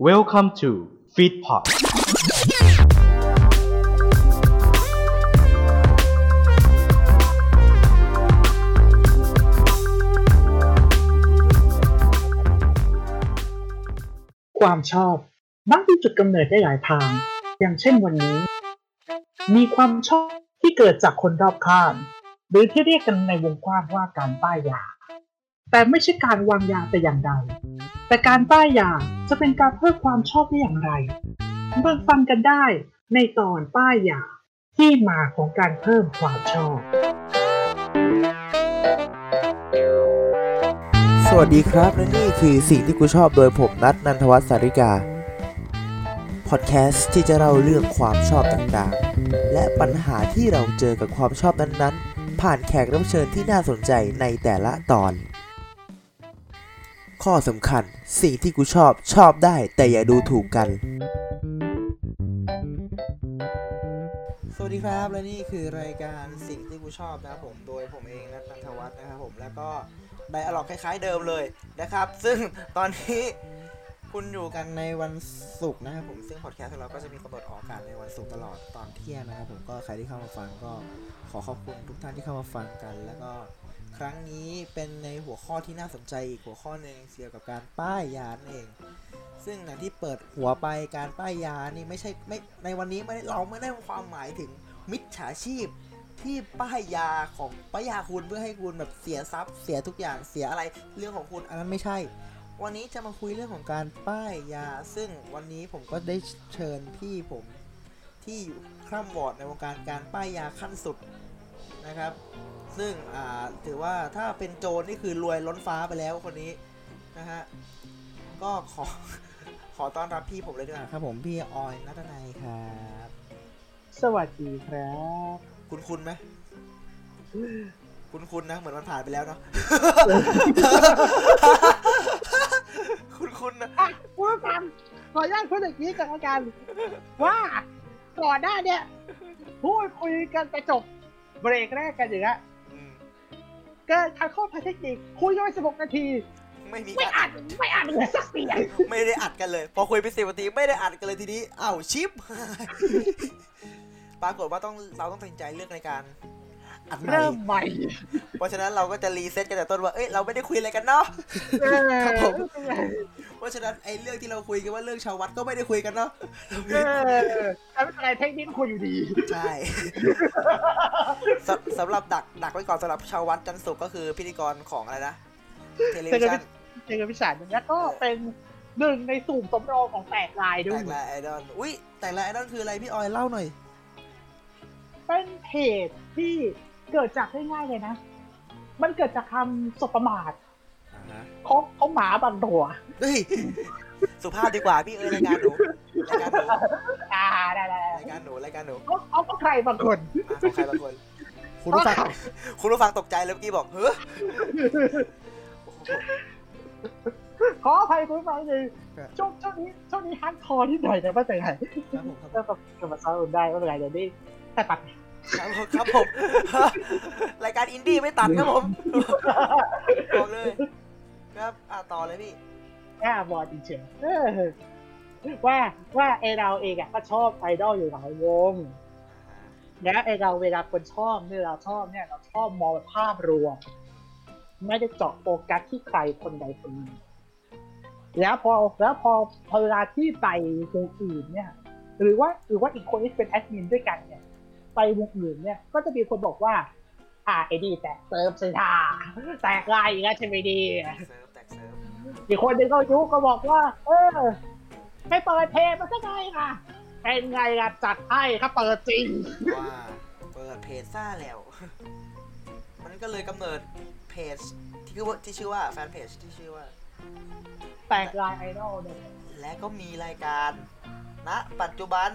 Welcome to Feedpot ความชอบมักมีจุดกำเนิดได้หลายทาง อย่างเช่นวันนี้มีความชอบที่เกิดจากคนรอบข้างหรือที่เรียกกันในวงกว้างว่าการป้ายยาแต่ไม่ใช่การวางยาแต่อย่างใดแต่การป้ายยาจะเป็นการเพิ่มความชอบได้อย่างไรมาฟังกันได้ในตอนป้ายยาที่มาของการเพิ่มความชอบสวัสดีครับและนี่คือสิ่งที่กูชอบโดยผมนัทนันทวัฒน์สาริกาพอดแคสต์ที่จะเล่าเรื่องความชอบต่างๆและปัญหาที่เราเจอกับความชอบนั้นๆผ่านแขกรับเชิญที่น่าสนใจในแต่ละตอนข้อสำคัญสิ่งที่กูชอบได้แต่อย่าดูถูกกันสวัสดีครับและนี่คือรายการสิ่งที่กูชอบนะครับผมโดยผมเองนัทนันทวัฒน์นะครับผมแล้วก็ไดอะล็อกคล้ายๆเดิมเลยนะครับซึ่งตอนนี้คุณอยู่กันในวันศุกร์นะครับผมซึ่งพอดแคสต์ของเราก็จะมีกำหนดออกอากาศในวันศุกร์ตลอดตอนเที่ยงนะครับผมก็ใครที่เข้ามาฟังก็ขอขอบคุณทุกท่านที่เข้ามาฟังกันแล้วก็ครั้งนี้เป็นในหัวข้อที่น่าสนใจอีกหัวข้อนึงเกี่ยวกับการป้ายยาเองซึ่งอย่างที่เปิดหัวไปการป้ายยานี่ไม่ในวันนี้เราไม่ได้ความหมายถึงมิจฉาชีพที่ป้ายยาของป้ายยาคุณเพื่อให้คุณแบบเสียทรัพย์เสียทุกอย่างเสียอะไรเรื่องของคุณอันนั้นไม่ใช่วันนี้จะมาคุยเรื่องของการป้ายยาซึ่งวันนี้ผมก็ได้เชิญพี่ผมที่อยู่คร่ำวอดในวงการป้ายยาขั้นสุดนะครับซึ่งถือว่าถ้าเป็นโจรนี่คือรวยล้นฟ้าไปแล้วคนนี้นะฮะก็ขอต้อนรับพี่ผมเลยด้วยครับผมพี่ออยณัฐนัยครับสวัสดีครับคุณไหมคุณนะเหมือนมันผ่านไปแล้วเนาะคุณนะพูดกันขออนุญาตพูดอย่างนี้กันแล้วกันว่าก่อนหน้าเนี่ยพูดคุยกันไปจบเบรกแรกกันอย่างเงี้ยเกิดการข้อพัฒนิคคุยกันไป16 นาทีไม่อัดเลยสักเสียงไม่ได้อัดกันเลยพอคุยไป10 นาทีไม่ได้อัดกันเลยทีนี้อ้าวชิปปรากฏว่าเราต้องตัดสินใจเลือกในการอัดเริ่มใหม่เพราะฉะนั้นเราก็จะรีเซ็ตกันแต่ต้นว่าเราไม่ได้คุยอะไรกันเนาะครับผมเพราะฉะนั้นไอ้เรื่องที่เราคุยกันว่าเรื่องชาววัดก็ไม่ได้คุยกันเนาะแต่ไม่เป็นไรเทคนิคคุยอยู่ดีใช่สำหรับดักไว้ก่อนสำหรับชาววัดจันทร์ศุกร์ก็คือพิธีกรของอะไรนะเทเลวิชั่นพิชันแล้วก็เป็นหนึ่งในสุ่มสำรองของแตกลายด้วยแตกลายไอดอลอุ้ยแตกลายไอดอลคืออะไรพี่ออยเล่าหน่อยเป็นเพจที่เกิดจากง่ายๆเลยนะมันเกิดจากคำสบประมาทเขาหมาบางตัวเฮ้ยสุภาพดีกว่าพี่รายการหนูได้รายการหนูเขาก็ใครบางคนใครบางคนคุณผู้ฟังตกใจแล้วเมื่อกี้บอกเฮ้ยขออภัยคุณผู้ฟังเลยช่วงนี้ฮาร์ดคอร์นิดหน่อยนะไม่เป็นไรก็มาซ้อมได้ไม่เป็นไรเดี๋ยวนี้แต่ตัดครับผมรายการอินดี้ไม่ตัดครับผมบอกเลยครับต่อเลยพี่บอดจริงๆว่าเราเองก็ชอบไอดอลอยู่หลายวงแล้วเราเวลาคนชอบเนี่ยเราชอบมองแบบภาพรวมไม่ได้เจาะโฟกัสที่ใครคนใดคนหนึ่งแล้วพอเวลาที่ไปวงอื่นเนี่ยหรือว่าอีกคนที่เป็นแอดมินด้วยกันเนี่ยไปวงอื่นเนี่ยก็จะมีคนบอกว่าไอ้ดีแตกเซิร์ฟใช่ท่าแตกลายอีกแล้วใช่ไหมดีอีกคนนึงก็บอกว่าให้เปิดเพจมาสักหน่อยค่ะเป็นไงล่ะจัดให้ครับเปิดจริงว่าเปิดเพจซ่าแล้วมันก็เลยกำเนิดเพจที่ชื่อว่าแฟนเพจที่ชื่อว่าแตกลายไอดอลเนี่ยและก็มีรายการณปัจจุบัน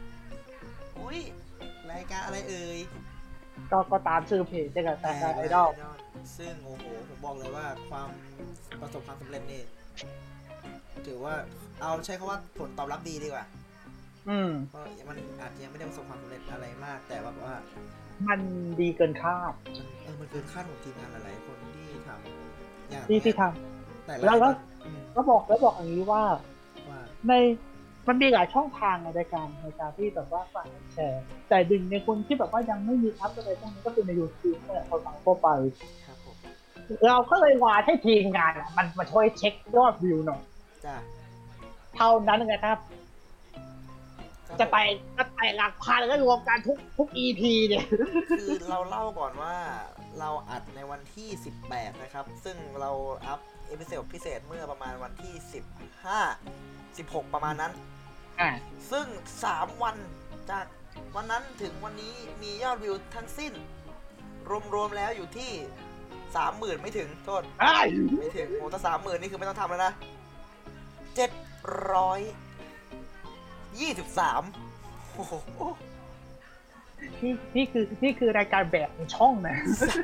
รายการอะไรเอ่ยก็ตามชื่อเพจแต่แตกลายไอดอลซึ่งโอ้โหผมบอกเลยว่าความประสบความสำเร็จนี่ถือว่าเอาใช้คำว่าผลตอบรับดีดีกว่าเพราะมันอาจจะยังไม่ได้ประสบความสำเร็จอะไรมากแต่แบบว่ามันดีเกินคาดมันเกินคาดของทีมงานหลายๆคนที่ทำอย่างที่ทำแล้วก็บอกอย่างนี้ว่าว่าในมันมีหลายช่องทางในการที่แบบว่าฝากแชร์แต่ดึงในคนที่แบบว่ายังไม่มีอัพอะไรพวกนี้ก็คือใน YouTube เนี่ยเขาสั่งเข้าไปครับผมเราก็เลยวานให้ทีมงานมันมาช่วยเช็คยอดวิวหน่อยจ้ะเท่านั้นนะครับจะไปหลักพันแล้วรวมกันทุก EP เนี่ยคือเราเล่าก่อนว่าเราอัดในวันที่18นะครับซึ่งเราอัพเอพิโซดพิเศษเมื่อประมาณวันที่16ประมาณนั้นซึ่ง3วันจากวันนั้นถึงวันนี้มียอดวิวทั้งสิ้นรวมแล้วอยู่ที่ 30,000 ไม่ถึงโทษไม่ถึงโอ้ถ้า 30,000 นี่คือไม่ต้องทำแล้วนะ723โอ้โหนี่คือรายการแบบในช่องนะ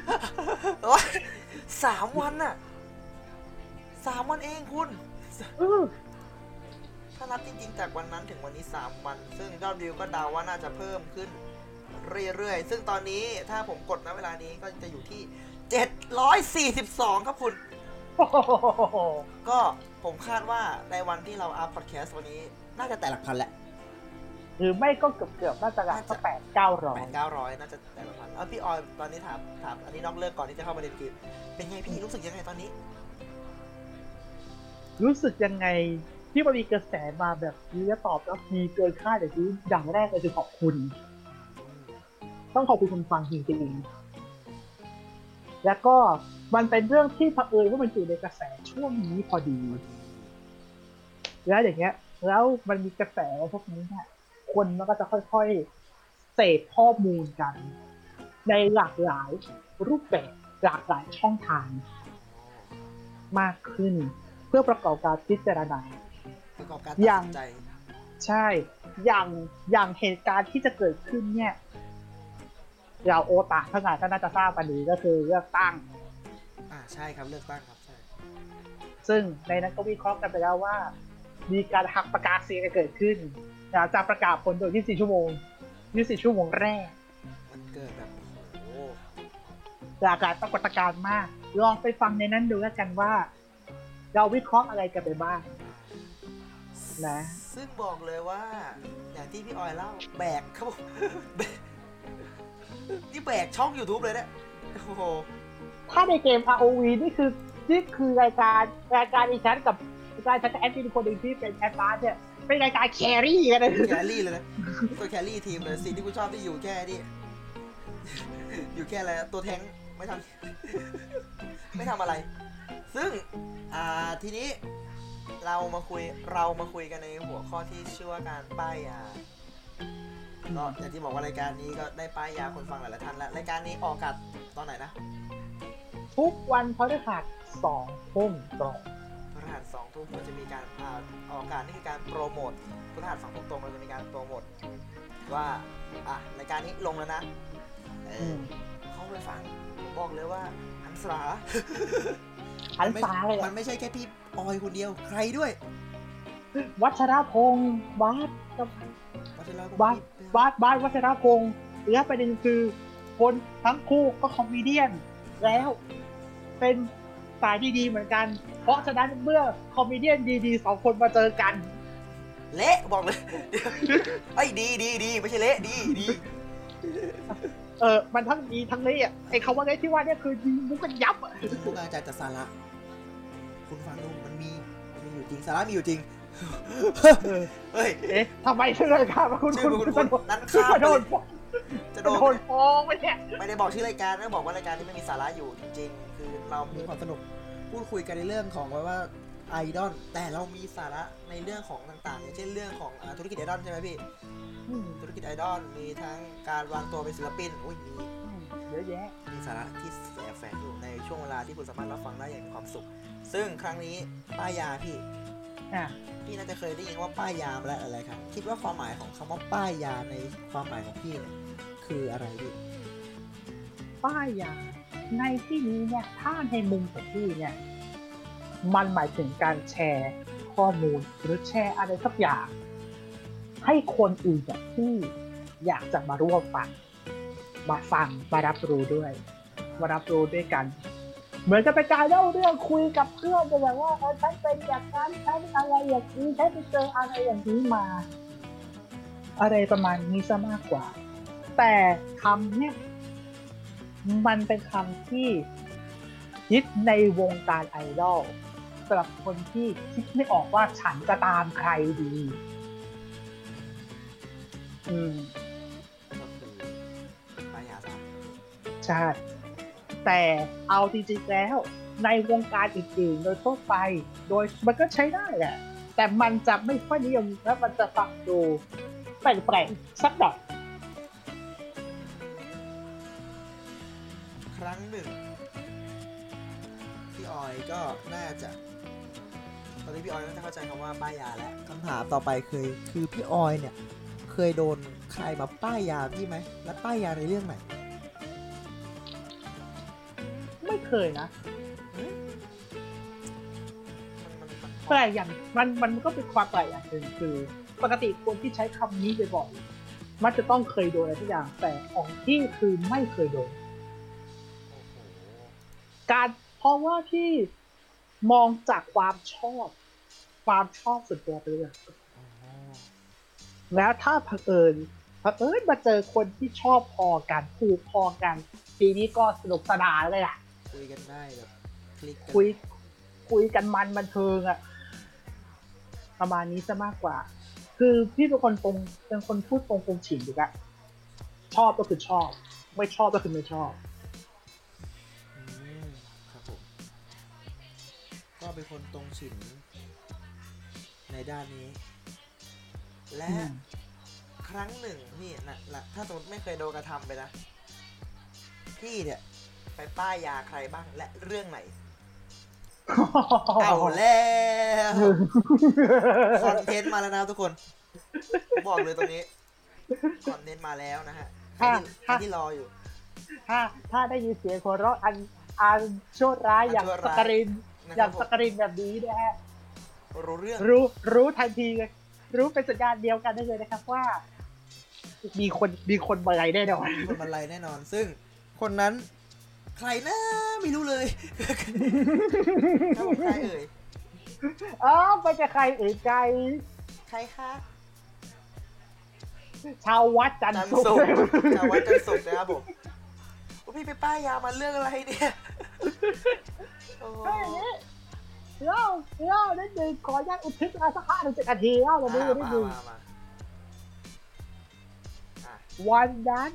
3 วันน่ะ3 วันเองคุณถ้านับจริงๆจากวันนั้นถึงวันนี้3 วันซึ่งยอดวิวก็เดาว่าน่าจะเพิ่มขึ้นเรื่อยๆซึ่งตอนนี้ถ้าผมกดณเวลานี้ก็จะอยู่ที่742ครับคุณก็ผมคาดว่าในวันที่เราอัพพอดแคสต์วันนี้น่าจะแต่หลักพันแหละหรือไม่ก็เกือบน่าจะหลักก็ 800-900น่าจะแต่หลักพันพี่ออยตอนนี้ถามอันนี้นอกเรื่องก่อนที่จะเข้าประเด็นคือเป็นไงพี่รู้สึกยังไงตอนนี้รู้สึกยังไงที่มันมีกระแสมาแบบนี้และตอบรับดีเกินคาดอย่างแรกเลยคือขอบคุณต้องขอบคุณคนฟังจริงๆแล้วก็มันเป็นเรื่องที่เผอิญว่ามันอยู่ในกระแสช่วงนี้พอดีแล้วอย่างเงี้ยแล้วมันมีกระแสพวกนี้เนี่ยคนมันก็จะค่อยๆเสพข้อมูลกันในหลากหลายรูปแบบหลากหลายช่องทางมากขึ้นเพื่อประกอบการพิจารณาอย่างใช่อย่างเหตุการณ์ที่จะเกิดขึ้นเนี่ยเราโอตาทั้งหลายก็น่าจะทราบกันดีก็คือเลือกตั้งใช่ครับเลือกตั้งครับใช่ซึ่งในนั้นก็วิเคราะห์กันไปแล้วว่ามีการหักประกาศเสียงเกิดขึ้นหลังจากประกาศผลโดย24 ชั่วโมงแรกมันเกิดแบบโอ้หลากหลายปรากฏการณ์มากลองไปฟังในนั้นดูแล้วกันว่าเราวิเคราะห์อะไรกันไปบ้างนะซึ่งบอกเลยว่าอย่างที่พี่ออยเล่าแบกเขานี่แบกช่อง YouTube เลยเนี่ยโอ้โหถ้าในเกม ROV นี่คือรายการอีชั้นกับรายการแอดมินคนหนึ่งที่เป็นแอดบาร์เนี่ยเป็นรายการแครี่กันเลยแครี่เลยนะตัวแครี่ทีมเลยสิ่งที่กูชอบที่อยู่แค่นี่อยู่แค่อะไรตัวแทงไม่ทำอะไรซึ่งทีนี้เรามาคุยกันในหัวข้อที่ชื่อว่าการป้ายยาก็อย่างที่บอกว่ารายการนี้ก็ได้ป้ายยาคนฟังหลายๆท่านแล้วรายการนี้ออกอากาศตอนไหนนะทุกวันพฤหัส 2 ทุ่มตรงพฤหัส 2 ทุ่มเราจะมีการออกอากาศนี่คือการโปรโมทพฤหัส 2 ทุ่มตรงเราจะมีการโปรโมทว่ารายการนี้ลงแล้วนะเข้าไปฟังบอกเลยว่าหันษาเลยมันไม่ใช่แค่พี่ออยคนเดียวใครด้วยวัชรพงษ์บาสวัชรพงษ์และประเด็นคือคนทั้งคู่ก็คอมเมเดี้แล้วเป็นสายดีๆเหมือนกันเพราะฉะนั้นเมื่อคอมเมเดี้ดีๆ2คนมาเจอกันเละบอกเลยไอ้ดีไม่ใช่เละดีมันทั้งดีทั้งเละไอ้คำว่าเละที่ว่าเนี่ยคือยิงมุกกันยับมุกอาจารย์จะสาระคุณฟังดูมันมีอยู่จริงสาระมีอยู่จริงเฮ้ยทำไมชื่อรายการคุณนั้นข้ามจะโดนฟ้องไปเนี่ยไม่ได้บอกชื่อรายการนะบอกว่ารายการนี้ไม่มีสาระอยู่จริงๆคือเรามีความสนุกพูดคุยกันในเรื่องของว่าไอดอลแต่เรามีสาระในเรื่องของต่างๆอย่างเช่นเรื่องของธุรกิจไอดอลใช่ไหมพี่ธุรกิจไอดอลมีทั้งการวางตัวเป็นศิลปินมีเยอะแยะมีสาระที่แฝงอยู่ในช่วงเวลาที่คุณสามารถรับฟังได้อย่างมีความสุขซึ่งครั้งนี้ป้ายยาพี่น่าจะเคยได้ยินว่าป้ายยาและอะไรครับคิดว่าความหมายของคำว่าป้ายยาในความหมายของพี่คืออะไรพี่ป้ายยาในที่นี้เนี่ยถ้าในมุมของพี่เนี่ยมันหมายถึงการแชร์ข้อมูลหรือแชร์อะไรสักอย่างให้คนอื่นที่อยากจะมาร่วมฟังมารับรู้ด้วยกันเหมือนจะเป็นการเล่าเรื่องคุยกับเพื่อนแบบว่าฉันเป็นอย่างนั้นฉันอะไรอย่างนี้ฉันไปเจออะไรอย่างนี้มา อะไรประมาณนี้ซะมากกว่า แต่คำเนี่ยมันเป็นคำที่ฮิตในวงการไอดอลสำหรับคนที่คิดไม่ออกว่าฉันจะตามใครดีก็คือป้ายยาซะใช่แต่เอาจริงๆแล้วในวงการอื่นๆโดยทั่วไปโดยมันก็ใช้ได้แหละแต่มันจะไม่ค่อยนิยมและมันจะฟังดูแปลกๆสักหน่อยครั้งหนึ่งพี่ออยก็น่าจะตอนนี้พี่ออยน่าจะเข้าใจคำว่าป้ายยาแล้วคำถามต่อไปคือพี่ออยเนี่ยเคยโดนใครมาป้ายยาพี่ไหมและป้ายยาในเรื่องไหนไม่เคยนะแปลกอย่างมันก็เป็นความแปลกอย่างหนึ่งคือปกติคนที่ใช้คำนี้บ่อยๆมันจะต้องเคยโดนอะไรทุกอย่างแต่ของที่คือไม่เคยโดนการเพราะว่าที่มองจากความชอบส่วนตัวไปเลยแล้วถ้าเผอิญมาเจอคนที่ชอบพอกันถูกพอกันทีนี้ก็สนุกสนานเลยอ่ะคุยกันได้แบบคลิกกันคุยกันมันบันเทิงอ่ะประมาณนี้ซะมากกว่าคือพี่เป็นคนพูดตรงฉินดีกว่าชอบก็คือชอบไม่ชอบก็คือไม่ชอบครับผมก็เป็นคนตรงฉินในด้านนี้และครั้งหนึ่งพี่นะถ้าสมมติไม่เคยโดนกระทำไปนะพี่เนี่ยไปป้ายยาใครบ้างและเรื่องไหนเอาแล้วคอนเทนต์มาแล้วนะทุกคนบอกเลยตรงนี้คอนเทนต์มาแล้วนะฮะที่รออยู่ถ้าได้ยินเสียงหัวเราะอันโชดร้ายอย่างสกรินแบบนี้นะฮะรู้เรื่องรู้ทันทีเลยรู้เป็นสัญญาณเดียวกันได้เลยนะครับว่ามีคนบรรลัยแน่นอนคนบรรลัยแน่นอนซึ่งคนนั้นใครนะไม่รู้เลยใครเอ่ยไปจะใครเอ่ยใครคะชาววัดจันทร์ศุกร์นะครับผมพี่ไปป้ายยามาเรื่องอะไรเนี่ยเล่าได้ดึงขออนุญาตอุทิศสัก5-7 นาทีเล่าตรงนี้ได้ดึงวันนั้น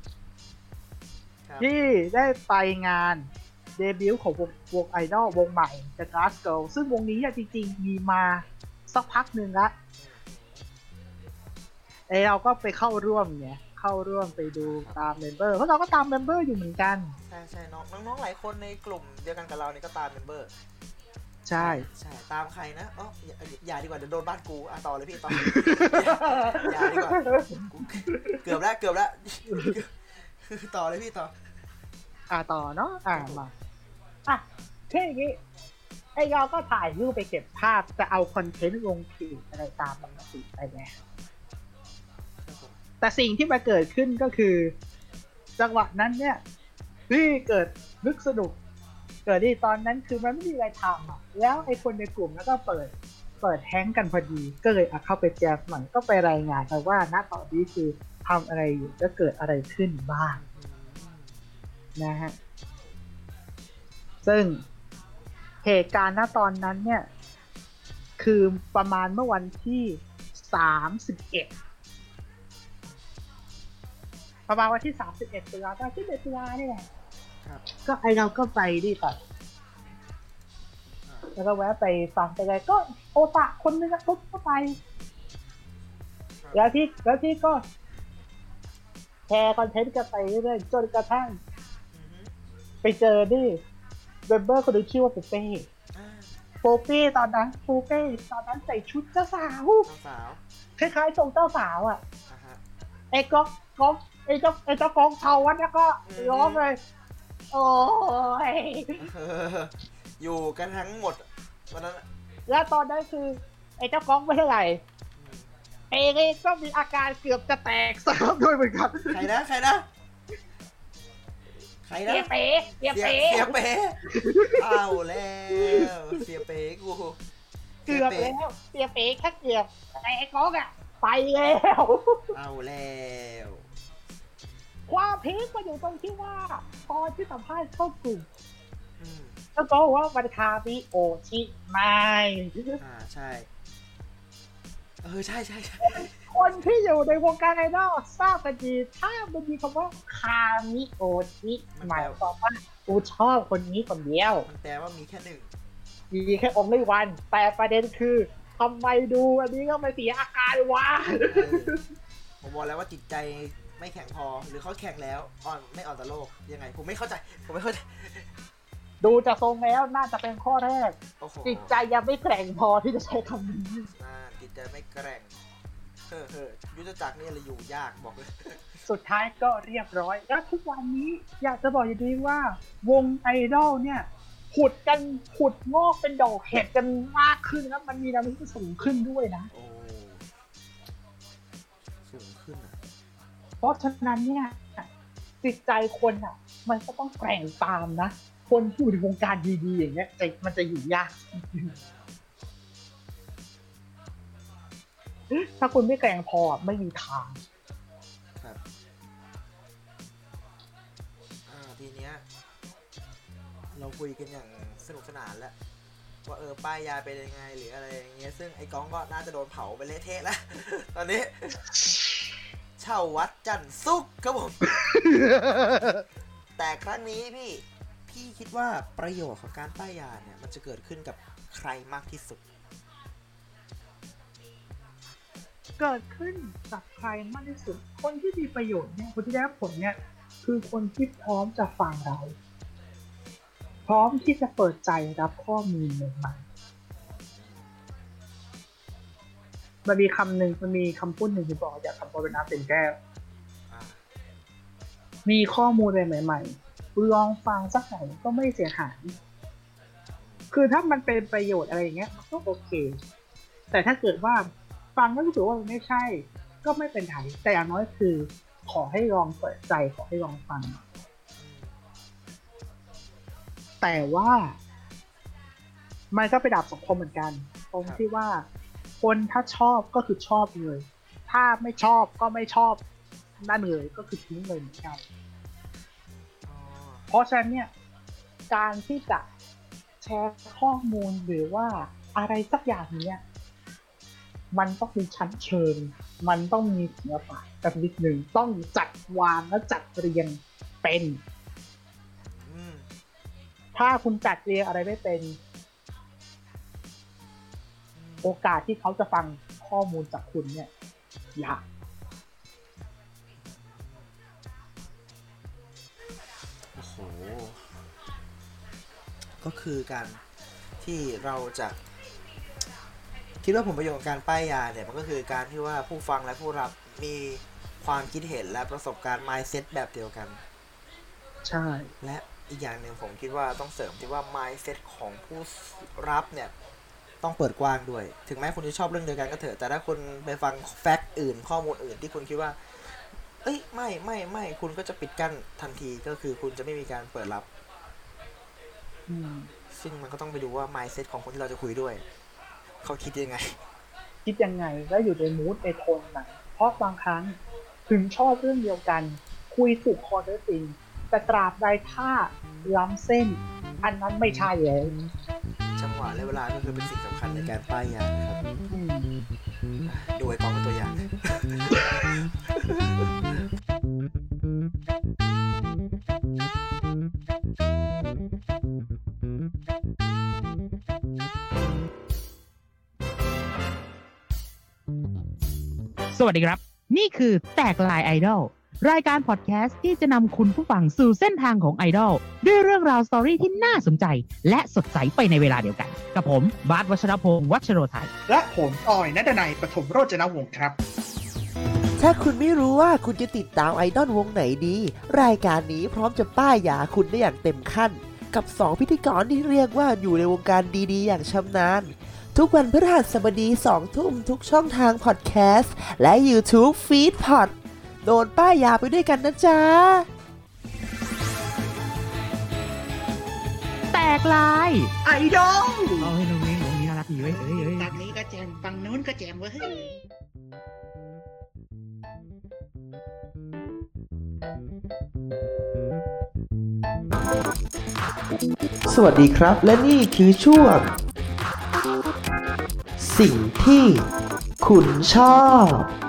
ที่ได้ไปงานเดบิวต์ของวงไอดอลวงใหม่ The Glass Girl ซึ่งวงนี้จริงๆมีมาสักพักหนึ่งละเราก็ไปเข้าร่วมไปดูตามเมมเบอร์เพราะเราก็ตามเมมเบอร์อยู่เหมือนกันใช่น้องหลายคนในกลุ่มเดียวกันกับเรานี่ก็ตามเมมเบอร์ใช่ตามใครนะอย่าดีกว่าเดี๋ยวโดนบ้านกูต่อเลยพี่ต่ออย่าดีกว่าเกือบแล้วต่อเลยพี่ต่อต่อเนาะมาแค่อย่างงี้ไอ้เราก็ถ่ายรูปไปเก็บภาพจะเอาคอนเทนต์ลงเพจอะไรตามปกติไปไงแต่สิ่งที่มาเกิดขึ้นก็คือจังหวะนั้นเนี่ยที่เกิดนึกสนุกเกิดที่ตอนนั้นคือมันไม่มีอะไรทำแล้วไอ้คนในกลุ่มแล้วก็เปิดแฮงกันพอดีก็เลยเข้าไปแจมหน่อยก็ไปรายงานกันว่าณตอนนี้คือทำอะไรอยู่จะเกิดอะไรขึ้นบ้างนะฮะซึ่งเหตุการณ์ณตอนนั้นเนี่ยคือประมาณเมื่อวันที่31ประมาณวันที่31ตุลาคมที่ตุลาเนี่ยก็ไอเราก็ไปดิก่อนแล้วก็แวะไปฟังไปเลยก็โอตะคนนึงก็ไปแล้วที่ก็แชร์คอนเทนต์กันไปเรื่อยๆจนกระทั่งไปเจอดิเมมเบอร์คนนึงชื่อว่าปูเป้ตอนนั้นใส่ชุดเจ้าสาวคล้ายๆทรงเจ้าสาวอ่ะไอ้ก๊อกไอ้เจ้ากองชาววัดแล้วก็ร้องเลยโอ้ยอยู่กันทั้งหมดวันนั้นแล้วตอนนั้นคือไอ้เจ้ากองไม่เท่าไหร่เองก็มีอาการเกือบจะแตกซ้ำด้วยเหมือนกันใครนะใครนะเสียเป๋เอาแล้วเสียเป๋กูเกือบแล้วเสียเป๋แค่เกือบไอ้ก๊อกอะไปแล้วเอาแล้วความพีคมาอยู่ตรงที่ว่าตอนที่สัมภาษณ์เข้ากลุ่มแล้วก็ว่าวันคาบิโอชิไม่ใช่ใช่คนที่อยู่ในวงการไอดอลทราบกันดีถ้ามันมีคำว่าคามิโอชิหมายความว่ากูชอบคนนี้คนเดียวมันแปลว่ามีแค่หนึ่งมีแค่องค์ไม่วันแต่ประเด็นคือทำไมดูอันนี้ก็ไม่เสียอาการวะผมบอกแล้วว่าจิตใจไม่แข็งพอหรือเขาแข็งแล้วไม่อ่อนต่อโลกยังไงผมไม่เข้าใจดูจะทรงแล้วน่าจะเป็นข้อแรกจิตใจยังไม่แกร่งพอที่จะใช้คำนี้จิตใจไม่แกร่งยุทธจักรนี่อะไรอยู่ยากบอกเลยสุดท้ายก็เรียบร้อยแล้วทุกวันนี้อยากจะบอกอย่างนี้ว่าวงไอดอลเนี่ยขุดงอกเป็นดอกเห็ดกันมากขึ้นแล้วมันมีแนวโน้มที่สูงขึ้นด้วยนะสูงขึ้นอ่ะเพราะฉะนั้นเนี่ยจิตใจคนอ่ะมันก็ต้องแกร่งตามนะคนที่อยู่ในวงการดีๆอย่างเงี้ยมันจะอยู่ยากถ้าคุณไม่แกร่งพอไม่มีทางครับทีเนี้ยเราคุยกันอย่างสนุกสนานแล้วว่าป้ายยาเป็นยังไงหรืออะไรอย่างเงี้ยซึ่งไอ้ก้องก็น่าจะโดนเผาไปเละเทะแล้วตอนนี้เช่าวัดจันทร์ศุกร์ครับผมแต่ครั้งนี้พี่คิดว่าประโยชน์ของการป้ายยาเนี่ยมันจะเกิดขึ้นกับใครมากที่สุดเกิดขึ้นกับใครมากที่สุดคนที่มีประโยชน์เนี่ยคนที่ได้ผลเนี่ยคือคนที่พร้อมจะฟังเราพร้อมที่จะเปิดใจรับข้อมูลใหม่ๆมันมีคำหนึ่งมันมีคำพูดหนึ่งที่บอกอยากทำตัวเป็นน้ำเต็มแก้วมีข้อมูลใหม่ๆลองฟังสักหน่อยก็ไม่เสียหายคือถ้ามันเป็นประโยชน์อะไรอย่างเงี้ยมันก็โอเคแต่ถ้าเกิดว่าฟังแล้วรู้สึกว่ามันไม่ใช่ก็ไม่เป็นไรแต่อย่างน้อยคือขอให้ลองเปิดใจขอให้ลองฟังแต่ว่ามันก็ไปดับสังคมเหมือนกันตรงที่ว่าคนถ้าชอบก็คือชอบเลยถ้าไม่ชอบก็ไม่ชอบนั่นเลยก็คือทิ้งเลยเหมือนกันเพราะฉะนั้นเนี่ยการที่จะแชร์ข้อมูลหรือว่าอะไรสักอย่างนี้มันต้องมีชั้นเชิงมันต้องมีศิลปะแบบนิดหนึ่งต้องจัดวางและจัดเรียงเป็นถ้าคุณจัดเรียงอะไรไม่เป็นโอกาสที่เขาจะฟังข้อมูลจากคุณเนี่ยยากโอ้โหก็คือการที่เราจะคิดว่าผลประโยชน์ของการป้ายยาเนี่ยมันก็คือการที่ว่าผู้ฟังและผู้รับมีความคิดเห็นและประสบการณ์ mindset แบบเดียวกันใช่และอีกอย่างหนึ่งผมคิดว่าต้องเสริมที่ว่า mindset ของผู้รับเนี่ยต้องเปิดกว้างด้วยถึงแม้คุณจะชอบเรื่องเดียวกันก็เถอะแต่ถ้าคุณไปฟังแฟกต์อื่นข้อมูลอื่นที่คุณคิดว่าไม่คุณก็จะปิดกั้นทันทีก็คือคุณจะไม่มีการเปิดรับซึ่งมันก็ต้องไปดูว่า mindset ของคนที่เราจะคุยด้วยเขาคิดยังไงแล้วอยู่ในมูดในโทนไหนเพราะบางครั้งถึงชอบเรื่องเดียวกันคุยถูกคอได้จริงแต่ตราบใดถ้าล้ำเส้นอันนั้นไม่ใช่เลยจังหวะและเวลาก็คือเป็นสิ่งสำคัญในการป้ายยานะครับดูไอ้กองเป็นตัวอย่างสวัสดีครับนี่คือแตกลายไอดอลรายการพอดแคสต์ที่จะนำคุณผู้ฟังสู่เส้นทางของไอดอลด้วยเรื่องราวสตอรี่ที่น่าสนใจและสดใสไปในเวลาเดียวกันกับผมบาสวัชรพงษ์วัชโรไทยและผมออยณัฐนัยปฐมโรจนวงศ์ครับถ้าคุณไม่รู้ว่าคุณจะติดตามไอดอลวงไหนดีรายการนี้พร้อมจะป้ายยาคุณได้อย่างเต็มขั้นกับ2พิธีกรที่เรียกว่าอยู่ในวงการดีๆอย่างชำนาญทุกวันพฤหัสบดี 20:00 นทุกช่องทางพอดแคสต์และ YouTube Feedpot โดนป้ายยาไปด้วยกันนะจ๊ะกลายไอดอลเอาให้น้องนี้น่ารักดีเว้ยเอ้ยจากนี้ก็แจมฝั่งนู้นก็แจมเว้ยสวัสดีครับและนี่คือช่วงสิ่งที่คุณชอบ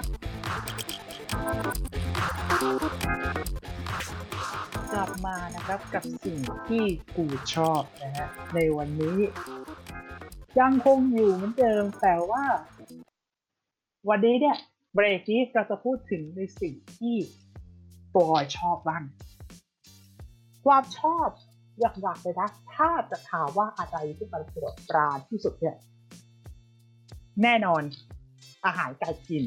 กลับมานะครับกับสิ่งที่กูชอบนะฮะในวันนี้ยังคงอยู่เหมือนเดิมแต่ว่าวันนี้เนี่ยเบรกนี้เราจะพูดถึงในสิ่งที่ปอยชอบบ้างความชอบหลักๆเลยนะถ้าจะถามว่าอะไรที่มันโปรดปรานที่สุดเนี่ยแน่นอนอาหารการกิน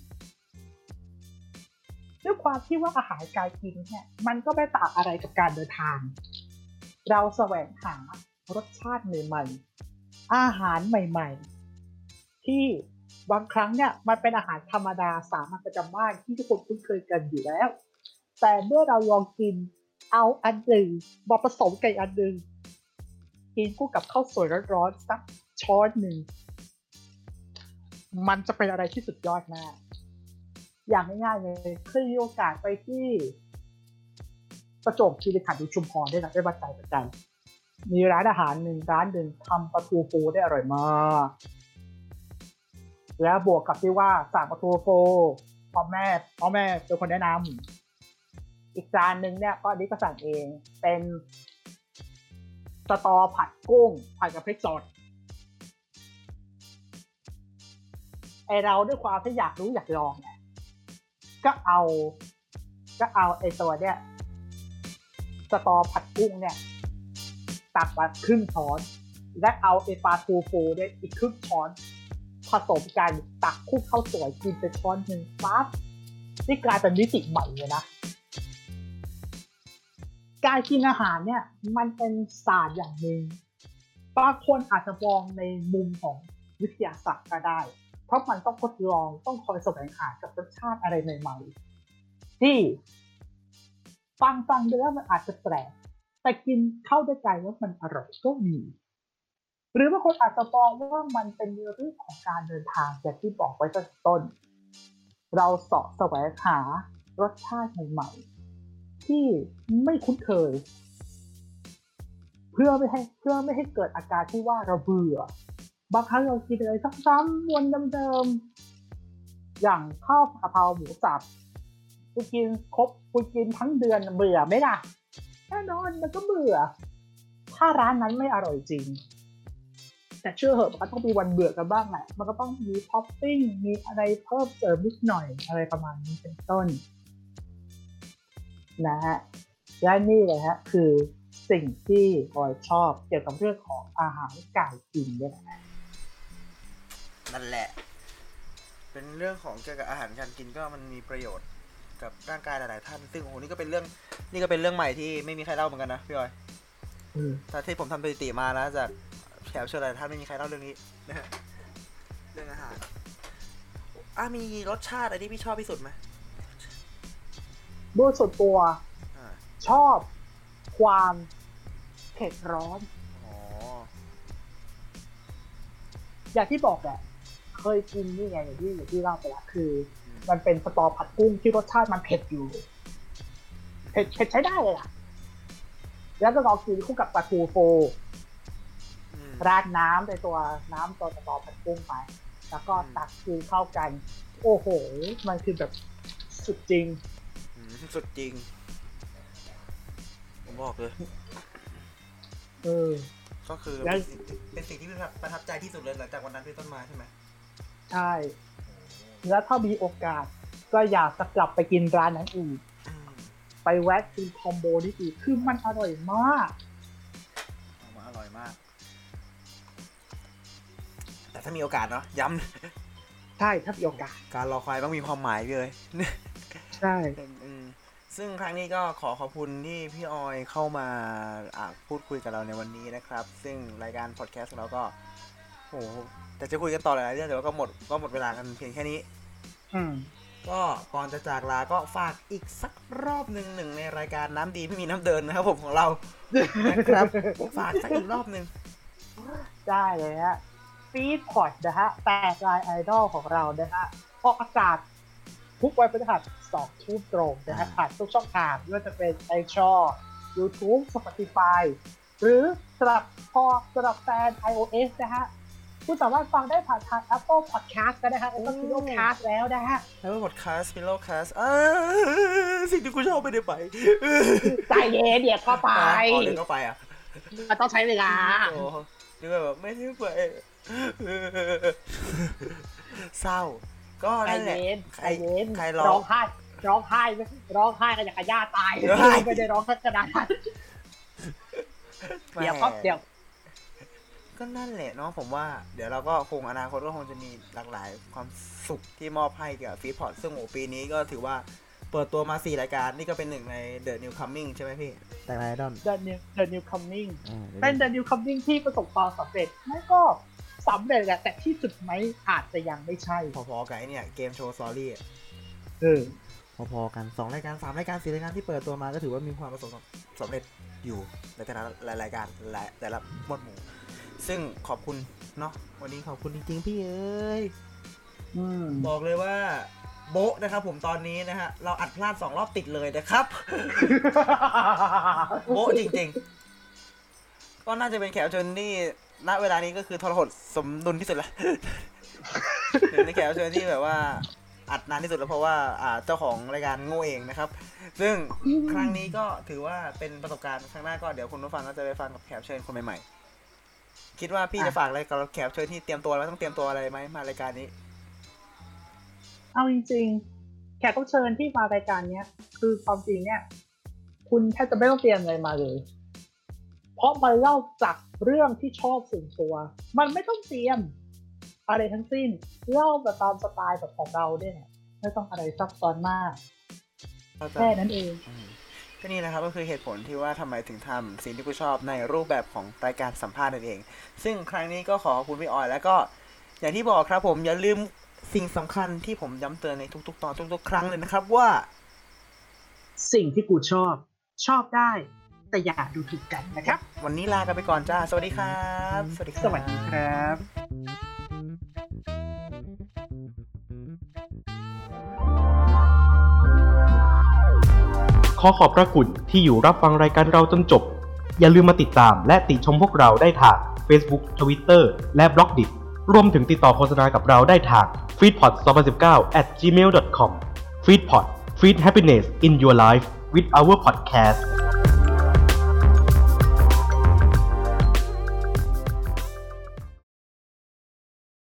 ด้วยความที่ว่าอาหารการกินเนี่ยมันก็ไม่ต่างอะไรกับการเดินทางเราแสวงหารสชาติใหม่ๆอาหารใหม่ๆที่บางครั้งเนี่ยมันเป็นอาหารธรรมดาสามัญประจำบ้านที่ทุกคนคุ้นเคยกันอยู่แล้วแต่เมื่อเราลองกินเอาอันหนึ่งมาผสมกับอันหนึ่งกินคู่กับข้าวสวยร้อนๆสักช้อนหนึ่งมันจะเป็นอะไรที่สุดยอดมากอย่างง่ายๆเลยเคยมีโอกาสไปที่ประจวบคีรีขันธ์หรือชุมพรได้รับได้บัตรใจประจำมีร้านอาหารหนึ่งทำปลาทูฟูได้อร่อยมากแล้วบวกกับที่ว่าสั่งปลาทูฟูพ่อแม่เป็นคนแนะนำอีกจานหนึ่งเนี่ยก็อันนี้ก็สั่งเองเป็นสตอผัดกุ้งผัดกับพริกสดไอเราด้วยความที่อยากรู้อยากลองเนี่ยก็เอาไอตัวเนี่ยสตอผัดกุ้งเนี่ยตักมาครึ่งช้อนและเอาไอปลาทูฟูเนี่ยอีกครึ่งช้อนผสมกันตักคู่ข้าวสวยกินเป็นช้อนหนึ่งปั๊บนี่กลายเป็นมิติใหม่เลยนะการกินอาหารเนี่ยมันเป็นศาสตร์อย่างหนึ่งบางคนอาจจะมองในมุมของวิทยาศาสตร์ก็ได้เพราะมันต้องทดลองต้องคอยแสวงหากับรสชาติอะไรใหม่ๆที่ฟังดูแล้วมันอาจจะแปลกแต่กินเข้าด้วยใจว่ามันอร่อยก็มีหรือบางคนอาจจะมองว่ามันเป็นเรื่องของการเดินทางอย่างที่บอกไว้ตั้งแต่ต้นเราเสาะแสวงหารสชาติใหม่ๆที่ไม่คุ้นเคยเพื่อไม่ให้เกิดอาการที่ว่าเราเบื่อบางครั้งเรากินอะไรซ้ำๆวนเดิมๆอย่างข้าวกะเพราหมูสับคุณกินทั้งเดือนเบื่อไหมล่ะแน่นอนมันก็เบื่อถ้าร้านนั้นไม่อร่อยจริงแต่เชื่อเหอะมันก็ต้องมีวันเบื่อกันบ้างแหละมันก็ต้องมีท็อปปิ้งมีอะไรเพิ่มเติมนิดหน่อยอะไรประมาณนี้เป็นต้นนะฮะและนี่เลยฮะคือสิ่งที่บอยชอบเกี่ยวกับเรื่องของอาหารการกินเนี่ยนั่นแหละเป็นเรื่องของเกี่ยวกับอาหารการกินก็มันมีประโยชน์กับร่างกายหลายๆท่านซึ่งโอ้โหนี่ก็เป็นเรื่องใหม่ที่ไม่มีใครเล่าเหมือนกันนะพี่บอยแต่ที่ผมทำสถิติมานะจากแขกเชิญหลายท่านไม่มีใครเล่าเรื่องนี้นะฮะเรื่องอาหารมีรสชาติอะไรที่พี่ชอบที่สุดไหมด้วยส่วนตัวชอบความเผ็ดร้อนอย่างที่บอกแหละเคยกินนี่ไงอย่างที่เล่าไปแล้วคือมันเป็นสตอผัดกุ้งที่รสชาติมันเผ็ดอยู่เผ็ดใช้ได้เลยล่ะแล้วก็ลองกินคู่กับปลาทูโฟราดน้ำในตัวสตอผัดกุ้งไปแล้วก็ตักกินเข้ากันโอ้โหมันคือแบบสุดจริงผมบอกเลยก็คือเป็นสิ่งที่ประทับใจที่สุดเลยหลังจากวันนั้นเป็นต้นมาใช่ไหมใช่แล้วถ้ามีโอกาสก็อยากจะกลับไปกินร้านนั้นอีกไปแวะกินคอมโบนี้อีกคือมันอร่อยมากแต่ถ้ามีโอกาสเนาะย้ำใช่ถ้ามีโอกาสการรอคอยต้องมีความหมายเลยใช่ซึ่งครั้งนี้ก็ขอบคุณที่พี่ออยเข้ามาพูดคุยกับเราในวันนี้นะครับซึ่งรายการพอดแคสต์ของเราก็โอ้แต่จะคุยกันต่อหลายเรื่องแต่ว่าก็หมดเวลากันเพียงแค่นี้ก็ก่อนจะจากลาก็ฝากอีกสักรอบหนึ่งในรายการน้ำดีไม่มีน้ำเดินนะครับผมของเรานะครับฝากสักอีกรอบหนึ่งได้เลยฮะฟีดพอดนะฮะแตกลายไอดอลของเรานะฮะออกอากาศทุกวันพฤหัส2 ทุ่มตรงนะฮะผ่านทุกช่องทางไม่ว่าจะเป็นไอชอ YouTube Spotify หรือสำหรับแฟน iOS นะฮะคุณสามารถฟังได้ผ่านทาง Apple Podcast ก็ได้ฮะ Apple Podcast แล้วนะฮะ Apple Podcast Pillowcast สิ่งที่กูชอบไม่ได้ไปใจเย็นเดี๋ยวเข้าไปเดี๋ยวก็ไปอ่ะมันต้องใช้เวลาโอ้นี่แบบไม่ได้ไปเศร้าก็นั่นแหละใครร้องไห้กันอย่างกระย่าตายไม่ได้ร้องขนาดนั้นเดี๋ยวก็นั่นแหละเนาะผมว่าเดี๋ยวเราก็คงอนาคตก็คงจะมีหลากหลายความสุขที่มอบให้กับฟีดพอร์ตซึ่งปีนี้ก็ถือว่าเปิดตัวมา4รายการนี่ก็เป็นหนึ่งใน The New Coming ใช่ไหมพี่แต่ไอดอล The New Coming เป็น The New Coming ที่ประสบความสำเร็จไม่ก็สำเร็จแหละแต่ที่สุดไหมอาจจะยังไม่ใช่พอๆกับไอ้เนี่ยเกมโชว์สตอรี่พอๆกัน2รายการ3รายการ4รายการที่เปิดตัวมาก็ถือว่ามีความประสบความสำเร็จอยู่ในแต่ละรายการและแต่ละหมวดหมู่ซึ่งขอบคุณเนาะวันนี้ขอบคุณจริงๆพี่เอ้ยบอกเลยว่าโบ๊ะนะครับผมตอนนี้นะฮะเราอัดพลาด2รอบติดเลยนะครับโบ๊ะจริงๆก็น่าจะเป็นแขกรับเชิญที่ณเวลานี้ก็คือทรหดสมดุลที่สุดแล้วในแขกรับเชิญที่แบบว่าอัดนานที่สุดแล้วเพราะว่าเจ้าของรายการโง่เองนะครับซึ่งครั้งนี้ก็ถือว่าเป็นประสบการณ์ครั้งหน้าก็เดี๋ยวคุณผู้ฟังก็จะไปฟังกับแขกรับเชิญคนใหม่ๆคิดว่าพี่จะฝากอะไรกับแขกรับเชิญที่เตรียมตัวแล้วต้องเตรียมตัวอะไรไหมมารายการนี้เอาจริงๆแขกรับเชิญที่มารายการเนี้ยคือความจริงเนี่ยคุณแทบจะไม่ต้องเตรียมอะไรมาเลยเพราะมันเล่าจากเรื่องที่ชอบส่วนตัวมันไม่ต้องเตรียมอะไรทั้งสิ้นเล่าแบบตามสไตล์แบบของเราเนี่ยไม่ต้องอะไรซับซ้อนมากแค่นั้นเองก็นี่นะครับก็คือเหตุผลที่ว่าทำไมถึงทำสิ่งที่กูชอบในรูปแบบของรายการสัมภาษณ์นั่นเองซึ่งครั้งนี้ก็ขอบคุณพี่ออยแล้วก็อย่างที่บอกครับผมอย่าลืมสิ่งสำคัญที่ผมย้ำเตือนในทุกๆตอนทุกๆครั้งเลยนะครับว่าสิ่งที่กูชอบได้แต่อย่าดูถูกกันนะครับวันนี้ลากันไปก่อนจ้าสวัสดีครับสวัสดีครับขอบพระคุณที่อยู่รับฟังรายการเราจนจบอย่าลืมมาติดตามและติชมพวกเราได้ทาง Facebook Twitter และ Blogdit รวมถึงติดต่อโฆษณากับเราได้ทาง feedpot2019@gmail.com Feedpot Feed Happiness in Your Life with our podcast